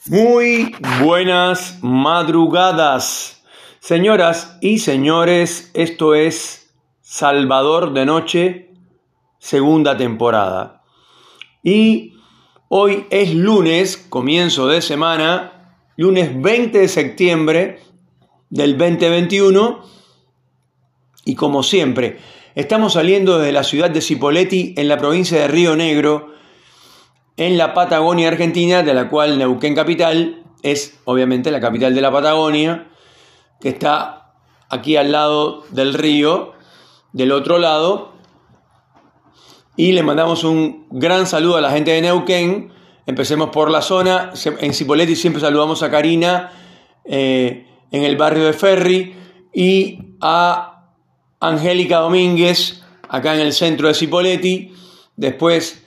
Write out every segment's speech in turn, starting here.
Muy buenas madrugadas, señoras y señores. Esto es Salvador de Noche, segunda temporada. Y hoy es lunes, comienzo de semana, lunes 20 de septiembre del 2021. Y como siempre, estamos saliendo desde la ciudad de Cipolletti, en la provincia de Río Negro, en la Patagonia Argentina, de la cual Neuquén capital es obviamente la capital de la Patagonia, que está aquí al lado del río, del otro lado. Y le mandamos un gran saludo a la gente de Neuquén. Empecemos por la zona. En Cipolletti siempre saludamos a Karina, en el barrio de Ferry, y a Angélica Domínguez, acá en el centro de Cipolletti. Después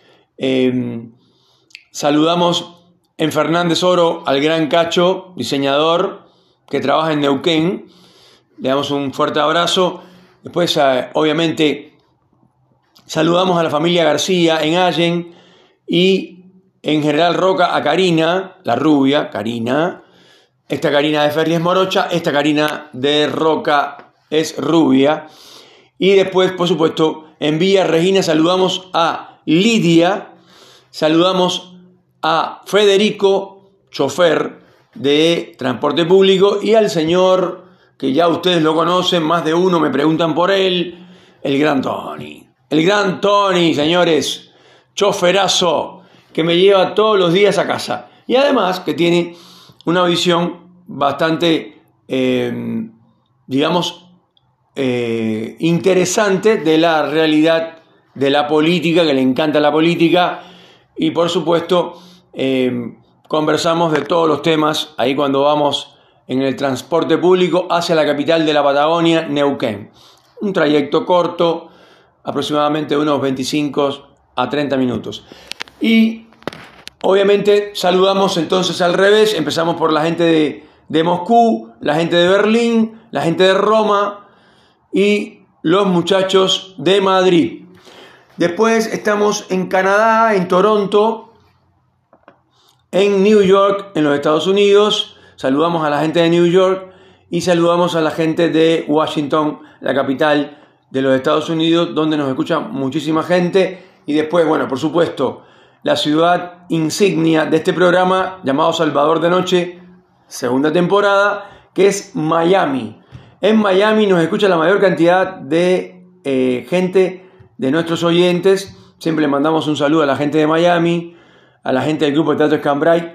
saludamos en Fernández Oro al gran Cacho, diseñador que trabaja en Neuquén. Le damos un fuerte abrazo. Después, obviamente, saludamos a la familia García en Allen y en General Roca a Karina, la rubia, Karina. Esta Karina de Ferry es morocha, esta Karina de Roca es rubia. Y después, por supuesto, en Villa Regina saludamos a Lidia, saludamos a Federico, chofer de transporte público, y al señor que ya ustedes lo conocen, más de uno me preguntan por él, el gran Tony. El gran Tony, señores, choferazo, que me lleva todos los días a casa. Y además que tiene una visión bastante, interesante de la realidad de la política, que le encanta la política. Y por supuesto, conversamos de todos los temas ahí cuando vamos en el transporte público hacia la capital de la Patagonia, Neuquén. Un trayecto corto, aproximadamente unos 25 a 30 minutos. Y obviamente saludamos entonces al revés. Empezamos por la gente de Moscú, la gente de Berlín, la gente de Roma y los muchachos de Madrid. Después estamos en Canadá, en Toronto, en New York, en los Estados Unidos. Saludamos a la gente de New York y saludamos a la gente de Washington, la capital de los Estados Unidos, donde nos escucha muchísima gente. Y después, bueno, por supuesto, la ciudad insignia de este programa, llamado Salvador de Noche, segunda temporada, que es Miami. En Miami nos escucha la mayor cantidad de gente de nuestros oyentes. Siempre le mandamos un saludo a la gente de Miami, a la gente del grupo de Teatro Escambray,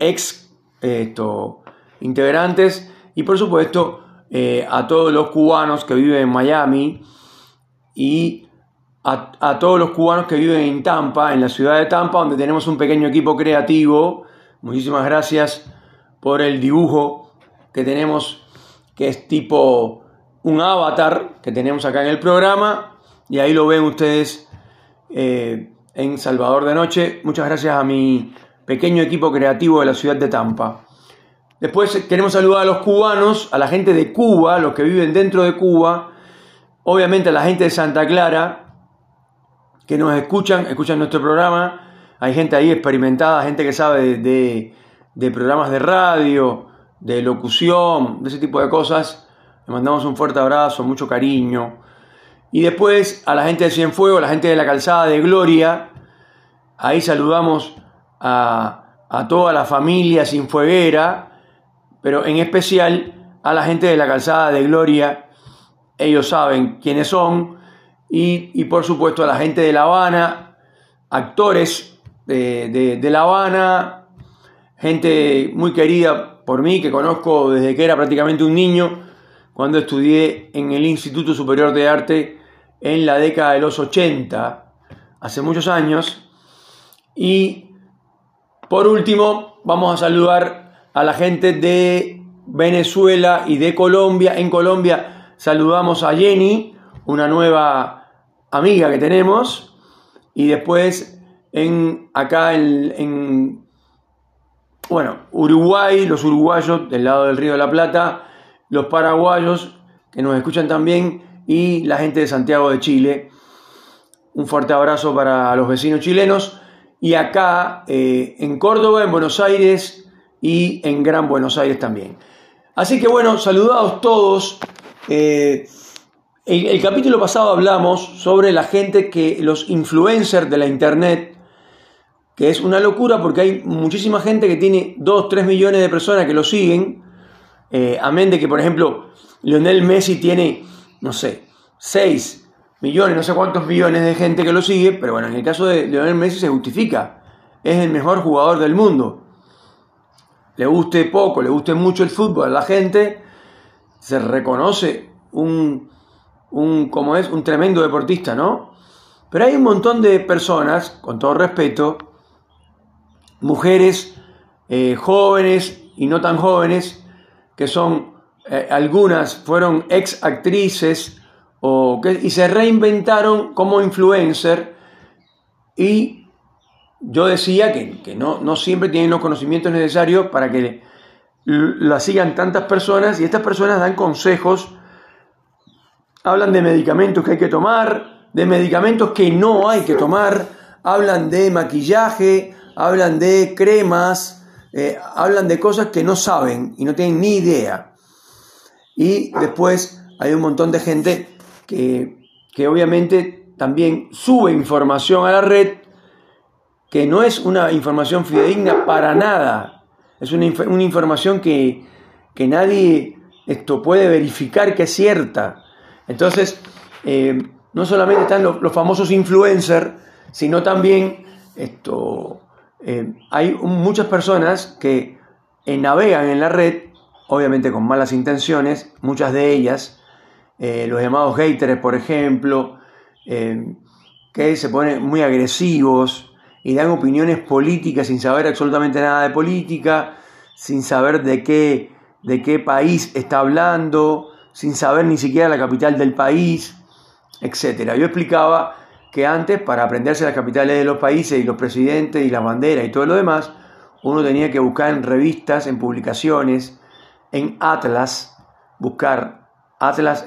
integrantes, y por supuesto a todos los cubanos que viven en Miami y a todos los cubanos que viven en Tampa, en la ciudad de Tampa, donde tenemos un pequeño equipo creativo. Muchísimas gracias por el dibujo que tenemos, que es tipo un avatar que tenemos acá en el programa. Y ahí lo ven ustedes en Salvador de Noche. Muchas gracias a mi pequeño equipo creativo de la ciudad de Tampa. Después queremos saludar a los cubanos, a la gente de Cuba, los que viven dentro de Cuba. Obviamente a la gente de Santa Clara, que nos escuchan nuestro programa. Hay gente ahí experimentada, gente que sabe de programas de radio, de locución, de ese tipo de cosas. Le mandamos un fuerte abrazo, mucho cariño. Y después a la gente de Cienfuegos, a la gente de la Calzada de Gloria. Ahí saludamos a toda la familia cienfueguera, pero en especial a la gente de la Calzada de Gloria. Ellos saben quiénes son. Y por supuesto a la gente de La Habana, actores de La Habana, gente muy querida por mí, que conozco desde que era prácticamente un niño, cuando estudié en el Instituto Superior de Arte en la década de los 80, hace muchos años. Y por último vamos a saludar a la gente de Venezuela y de Colombia. En Colombia saludamos a Jenny, una nueva amiga que tenemos. Y después acá en Uruguay, los uruguayos del lado del Río de la Plata, los paraguayos que nos escuchan también, y la gente de Santiago de Chile. Un fuerte abrazo para los vecinos chilenos. Y acá en Córdoba, en Buenos Aires, y en Gran Buenos Aires también. Así que bueno, saludados todos. El capítulo pasado hablamos sobre la gente los influencers de la internet, que es una locura porque hay muchísima gente que tiene 2, 3 millones de personas que lo siguen, amén de que, por ejemplo, Lionel Messi tiene, no sé, 6 millones, no sé cuántos millones de gente que lo sigue, pero bueno, en el caso de Lionel Messi se justifica, es el mejor jugador del mundo. Le guste poco, le guste mucho el fútbol a la gente, se reconoce un tremendo deportista, ¿no? Pero hay un montón de personas, con todo respeto, mujeres jóvenes y no tan jóvenes, que son, algunas fueron ex actrices y se reinventaron como influencer, y yo decía que no siempre tienen los conocimientos necesarios para que la sigan tantas personas, y estas personas dan consejos, hablan de medicamentos que hay que tomar, de medicamentos que no hay que tomar, hablan de maquillaje, hablan de cremas, hablan de cosas que no saben y no tienen ni idea. Y después hay un montón de gente que obviamente también sube información a la red que no es una información fidedigna para nada. Es una información que nadie puede verificar que es cierta. Entonces, no solamente están los famosos influencers, sino también hay muchas personas que navegan en la red, obviamente con malas intenciones, muchas de ellas, los llamados haters, por ejemplo, que se ponen muy agresivos y dan opiniones políticas sin saber absolutamente nada de política, sin saber de qué país está hablando, sin saber ni siquiera la capital del país, etc. Yo explicaba que antes, para aprenderse las capitales de los países y los presidentes y las banderas y todo lo demás, uno tenía que buscar en revistas, en publicaciones, en atlas, buscar atlas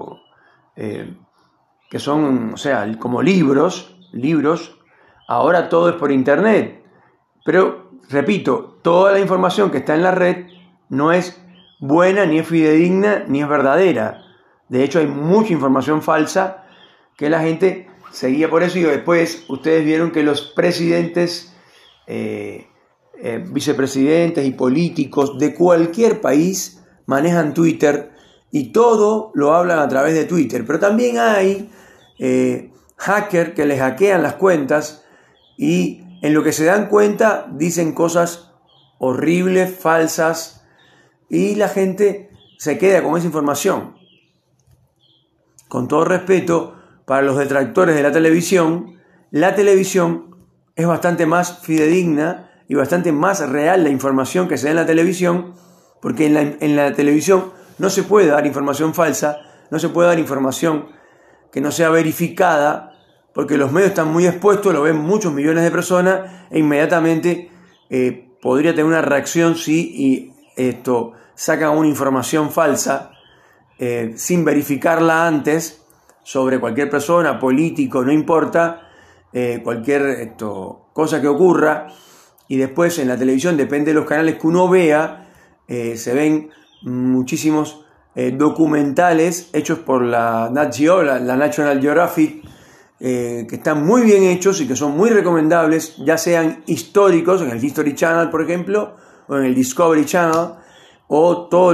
que son, o sea, como libros. Ahora todo es por internet, pero repito, toda la información que está en la red no es buena, ni es fidedigna, ni es verdadera. De hecho, hay mucha información falsa que la gente seguía por eso, y después ustedes vieron que los presidentes, vicepresidentes y políticos de cualquier país manejan Twitter y todo lo hablan a través de Twitter. Pero también hay hackers que les hackean las cuentas y en lo que se dan cuenta dicen cosas horribles, falsas, y la gente se queda con esa información. Con todo respeto para los detractores de la televisión es bastante más fidedigna y bastante más real la información que se da en la televisión, porque en la televisión no se puede dar información falsa, no se puede dar información que no sea verificada, porque los medios están muy expuestos, lo ven muchos millones de personas e inmediatamente podría tener una reacción si sacan una información falsa sin verificarla antes sobre cualquier persona, político, no importa, cualquier cosa que ocurra. Y después en la televisión, depende de los canales que uno vea, se ven muchísimos documentales hechos por la Nat Geo, la National Geographic, que están muy bien hechos y que son muy recomendables, ya sean históricos, en el History Channel, por ejemplo, o en el Discovery Channel, o todos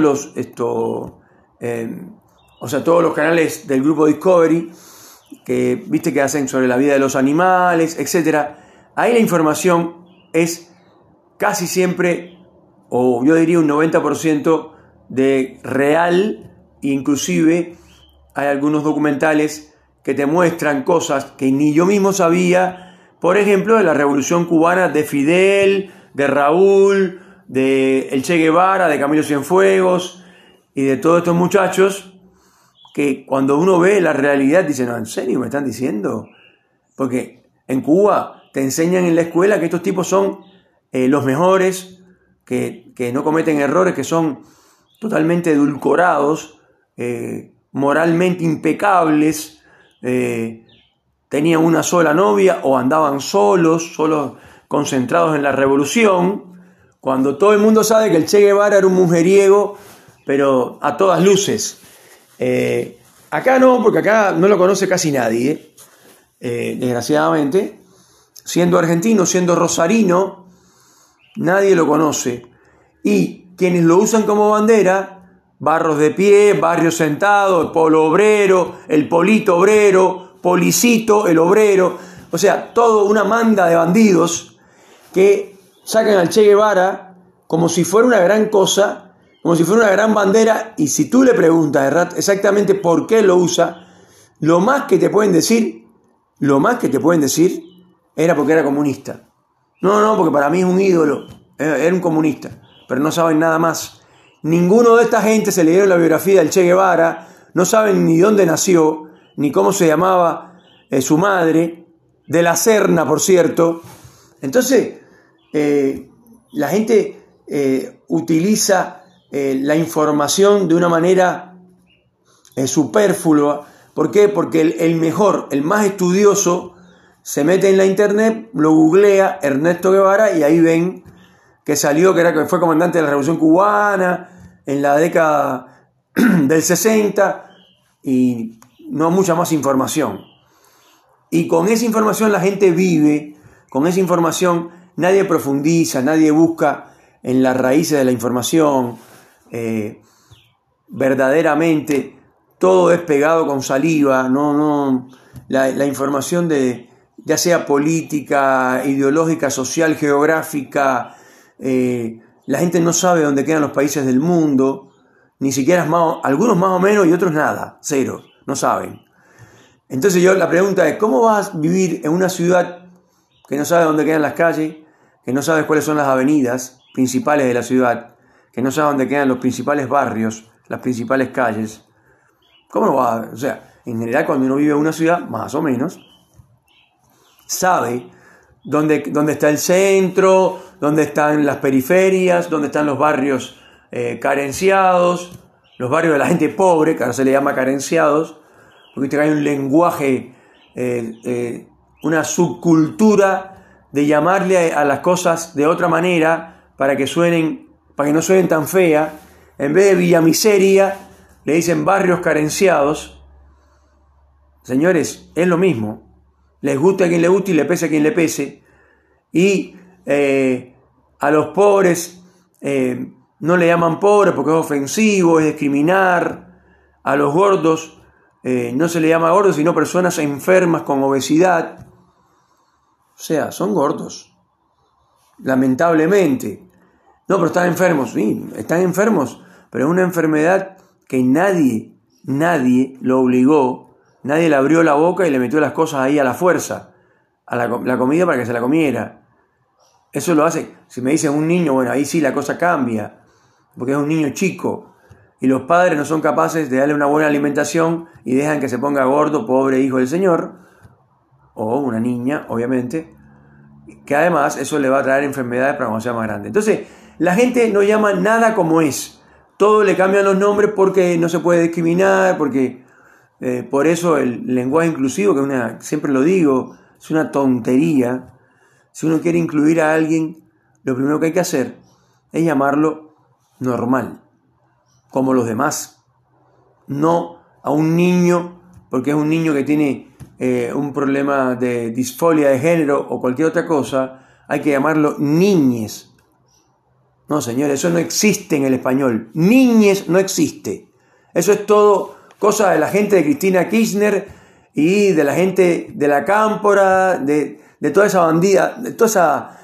los canales del grupo Discovery, que viste que hacen sobre la vida de los animales, etc. Ahí la información es casi siempre, o yo diría un 90% de real, inclusive hay algunos documentales que te muestran cosas que ni yo mismo sabía, por ejemplo, de la Revolución Cubana, de Fidel, de Raúl, de el Che Guevara, de Camilo Cienfuegos y de todos estos muchachos, que cuando uno ve la realidad dice, no, ¿en serio me están diciendo? Porque en Cuba te enseñan en la escuela que estos tipos son los mejores, que no cometen errores, que son totalmente edulcorados, moralmente impecables, tenían una sola novia o andaban solos concentrados en la revolución, cuando todo el mundo sabe que el Che Guevara era un mujeriego, pero a todas luces. Acá no, porque acá no lo conoce casi nadie, desgraciadamente. Siendo argentino, siendo rosarino, nadie lo conoce. Y quienes lo usan como bandera, Barros de Pie, Barrio Sentado, el Polo Obrero, el Polito Obrero, Policito, el Obrero, o sea, toda una manda de bandidos que sacan al Che Guevara como si fuera una gran cosa, como si fuera una gran bandera, y si tú le preguntas exactamente por qué lo usa, lo más que te pueden decir era porque era comunista. No, porque para mí es un ídolo, era un comunista, pero no saben nada más. Ninguno de esta gente se leyeron la biografía del Che Guevara, no saben ni dónde nació, ni cómo se llamaba su madre, de la Serna, por cierto. Entonces, la gente utiliza la información de una manera superflua. ¿Por qué? Porque el mejor, el más estudioso, se mete en la internet, lo googlea Ernesto Guevara y ahí ven que salió, que fue comandante de la Revolución Cubana en la década del 60 y no mucha más información. Y con esa información la gente vive, con esa información nadie profundiza, nadie busca en las raíces de la información. Verdaderamente todo es pegado con saliva, la información ya sea política, ideológica, social, geográfica, la gente no sabe dónde quedan los países del mundo, ni siquiera algunos más o menos y otros nada, cero, no saben. Entonces la pregunta es, ¿cómo vas a vivir en una ciudad que no sabe dónde quedan las calles, que no sabes cuáles son las avenidas principales de la ciudad, que no sabe dónde quedan los principales barrios, las principales calles? ¿Cómo no va? O sea, en general cuando uno vive en una ciudad, más o menos, sabe dónde está el centro, dónde están las periferias, dónde están los barrios carenciados, los barrios de la gente pobre, que ahora se le llama carenciados, porque hay un lenguaje, una subcultura de llamarle a las cosas de otra manera para que no suenen tan feas. En vez de Villa Miseria, le dicen barrios carenciados. Señores, es lo mismo. Les guste a quien le guste y le pese a quien le pese. Y a los pobres no le llaman pobres porque es ofensivo, es discriminar. A los gordos no se le llama gordos, sino personas enfermas con obesidad. O sea, son gordos. Lamentablemente. No, pero están enfermos. Sí, están enfermos. Pero es una enfermedad que nadie lo obligó. Nadie le abrió la boca y le metió las cosas ahí a la fuerza. A la comida para que se la comiera. Eso lo hace. Si me dicen un niño, bueno, ahí sí la cosa cambia. Porque es un niño chico. Y los padres no son capaces de darle una buena alimentación y dejan que se ponga gordo, pobre hijo del Señor, o una niña, obviamente, que además eso le va a traer enfermedades para cuando sea más grande. Entonces, la gente no llama nada como es. Todo le cambian los nombres porque no se puede discriminar, porque por eso el lenguaje inclusivo, que siempre lo digo, es una tontería. Si uno quiere incluir a alguien, lo primero que hay que hacer es llamarlo normal, como los demás. No a un niño, porque es un niño que tiene un problema de disforia de género o cualquier otra cosa, hay que llamarlo niñes. No, señores, eso no existe en el español. Niñes no existe. Eso es todo cosa de la gente de Cristina Kirchner y de la gente de la Cámpora, de toda esa bandida, de toda esa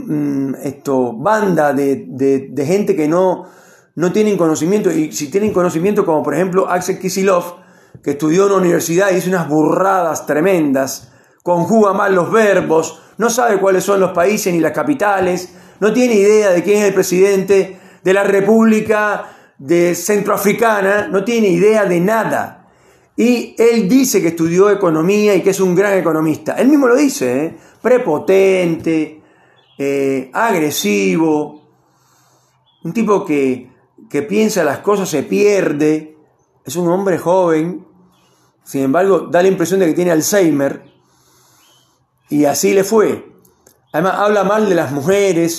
banda de gente que no tienen conocimiento, y si tienen conocimiento, como por ejemplo Axel Kicillof, que estudió en una universidad y hizo unas burradas tremendas, conjuga mal los verbos, no sabe cuáles son los países ni las capitales, no tiene idea de quién es el presidente de la República de Centroafricana, no tiene idea de nada. Y él dice que estudió economía y que es un gran economista. Él mismo lo dice, prepotente, agresivo, un tipo que piensa las cosas, se pierde, es un hombre joven, sin embargo da la impresión de que tiene Alzheimer, y así le fue. Además habla mal de las mujeres,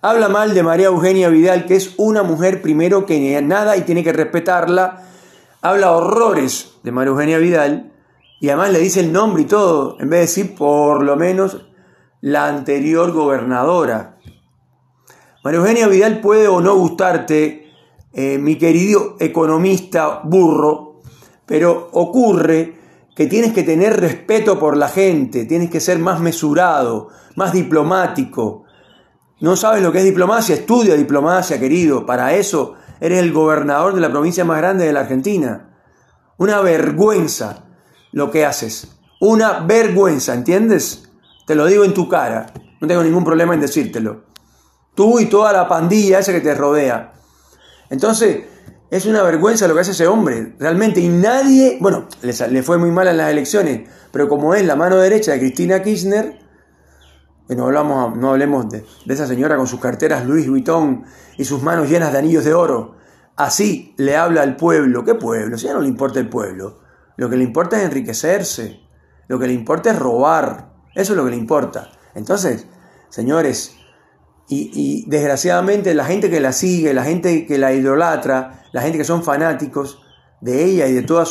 Habla mal de María Eugenia Vidal, que es una mujer primero que nada y tiene que respetarla. Habla horrores de María Eugenia Vidal y además le dice el nombre y todo, en vez de decir por lo menos la anterior gobernadora. María Eugenia Vidal puede o no gustarte, mi querido economista burro, pero ocurre que tienes que tener respeto por la gente, tienes que ser más mesurado, más diplomático. ¿No sabes lo que es diplomacia? Estudia diplomacia, querido. Para eso eres el gobernador de la provincia más grande de la Argentina. Una vergüenza lo que haces. Una vergüenza, ¿entiendes? Te lo digo en tu cara. No tengo ningún problema en decírtelo. Tú y toda la pandilla esa que te rodea. Entonces, es una vergüenza lo que hace ese hombre. Realmente, y nadie... Bueno, le fue muy mal en las elecciones, pero como es la mano derecha de Cristina Kirchner... No hablemos de esa señora con sus carteras Louis Vuitton y sus manos llenas de anillos de oro. Así le habla al pueblo. ¿Qué pueblo? Si ya no le importa el pueblo. Lo que le importa es enriquecerse. Lo que le importa es robar. Eso es lo que le importa. Entonces, señores, y desgraciadamente la gente que la sigue, la gente que la idolatra, la gente que son fanáticos de ella y de toda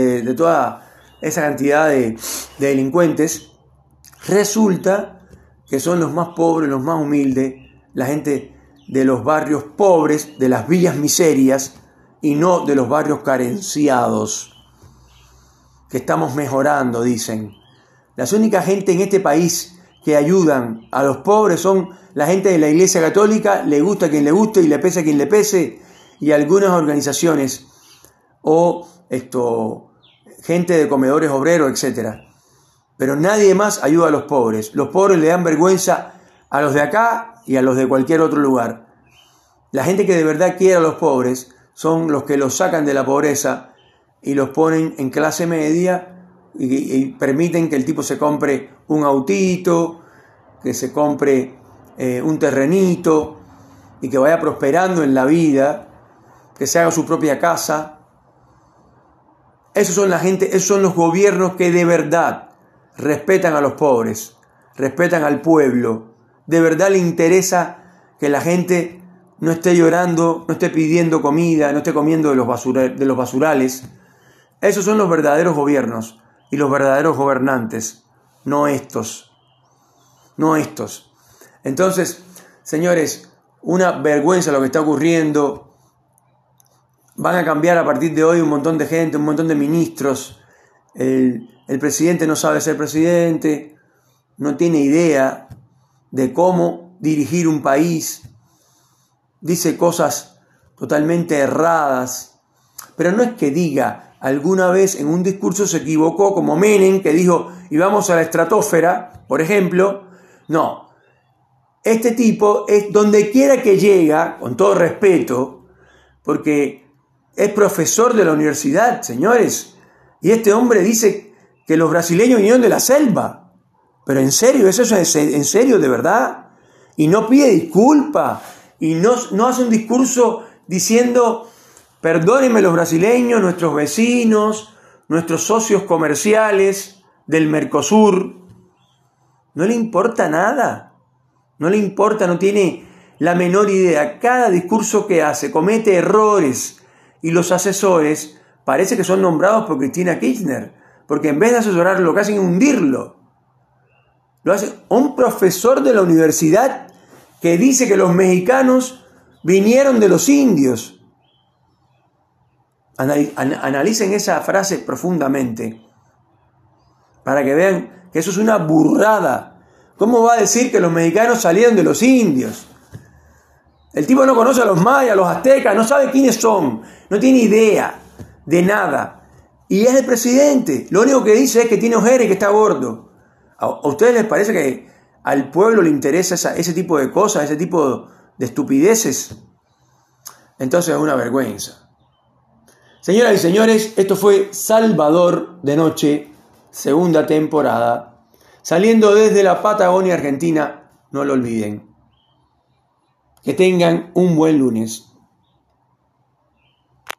esa cantidad de delincuentes, resulta que son los más pobres, los más humildes, la gente de los barrios pobres, de las villas miserias y no de los barrios carenciados, que estamos mejorando, dicen. Las únicas gente en este país que ayudan a los pobres son la gente de la Iglesia Católica, le gusta a quien le guste y le pese a quien le pese, y algunas organizaciones o gente de comedores obreros, etc. Pero nadie más ayuda a los pobres. Los pobres le dan vergüenza a los de acá y a los de cualquier otro lugar. La gente que de verdad quiere a los pobres son los que los sacan de la pobreza y los ponen en clase media y permiten que el tipo se compre un autito, que se compre un terrenito y que vaya prosperando en la vida, que se haga su propia casa. Esos son los gobiernos que de verdad respetan a los pobres, respetan al pueblo. De verdad le interesa que la gente no esté llorando, no esté pidiendo comida, no esté comiendo de los basurales. Esos son los verdaderos gobiernos y los verdaderos gobernantes, no estos. Entonces, señores, una vergüenza lo que está ocurriendo. Van a cambiar a partir de hoy un montón de gente, un montón de ministros. El presidente no sabe ser presidente, no tiene idea de cómo dirigir un país, dice cosas totalmente erradas, pero no es que diga, alguna vez en un discurso se equivocó, como Menem, que dijo, y vamos a la estratosfera, por ejemplo. No, este tipo es donde quiera que llega, con todo respeto, porque es profesor de la universidad, señores, y este hombre dice que los brasileños vinieron de la selva. Pero en serio, ¿eso es en serio, de verdad? Y no pide disculpa. Y no hace un discurso diciendo, perdónenme los brasileños, nuestros vecinos, nuestros socios comerciales del Mercosur. No le importa nada. No le importa, no tiene la menor idea. Cada discurso que hace comete errores. Y los asesores parece que son nombrados por Cristina Kirchner. Porque en vez de asesorarlo, lo que hacen es hundirlo. Lo hace un profesor de la universidad que dice que los mexicanos vinieron de los indios. Analicen esa frase profundamente para que vean que eso es una burrada. ¿Cómo va a decir que los mexicanos salieron de los indios? El tipo no conoce a los mayas, a los aztecas, no sabe quiénes son, no tiene idea de nada. Y es el presidente. Lo único que dice es que tiene ojeras y que está gordo. ¿A ustedes les parece que al pueblo le interesa ese tipo de cosas, ese tipo de estupideces? Entonces es una vergüenza. Señoras y señores, esto fue Salvador de Noche, segunda temporada. Saliendo desde la Patagonia Argentina, no lo olviden. Que tengan un buen lunes.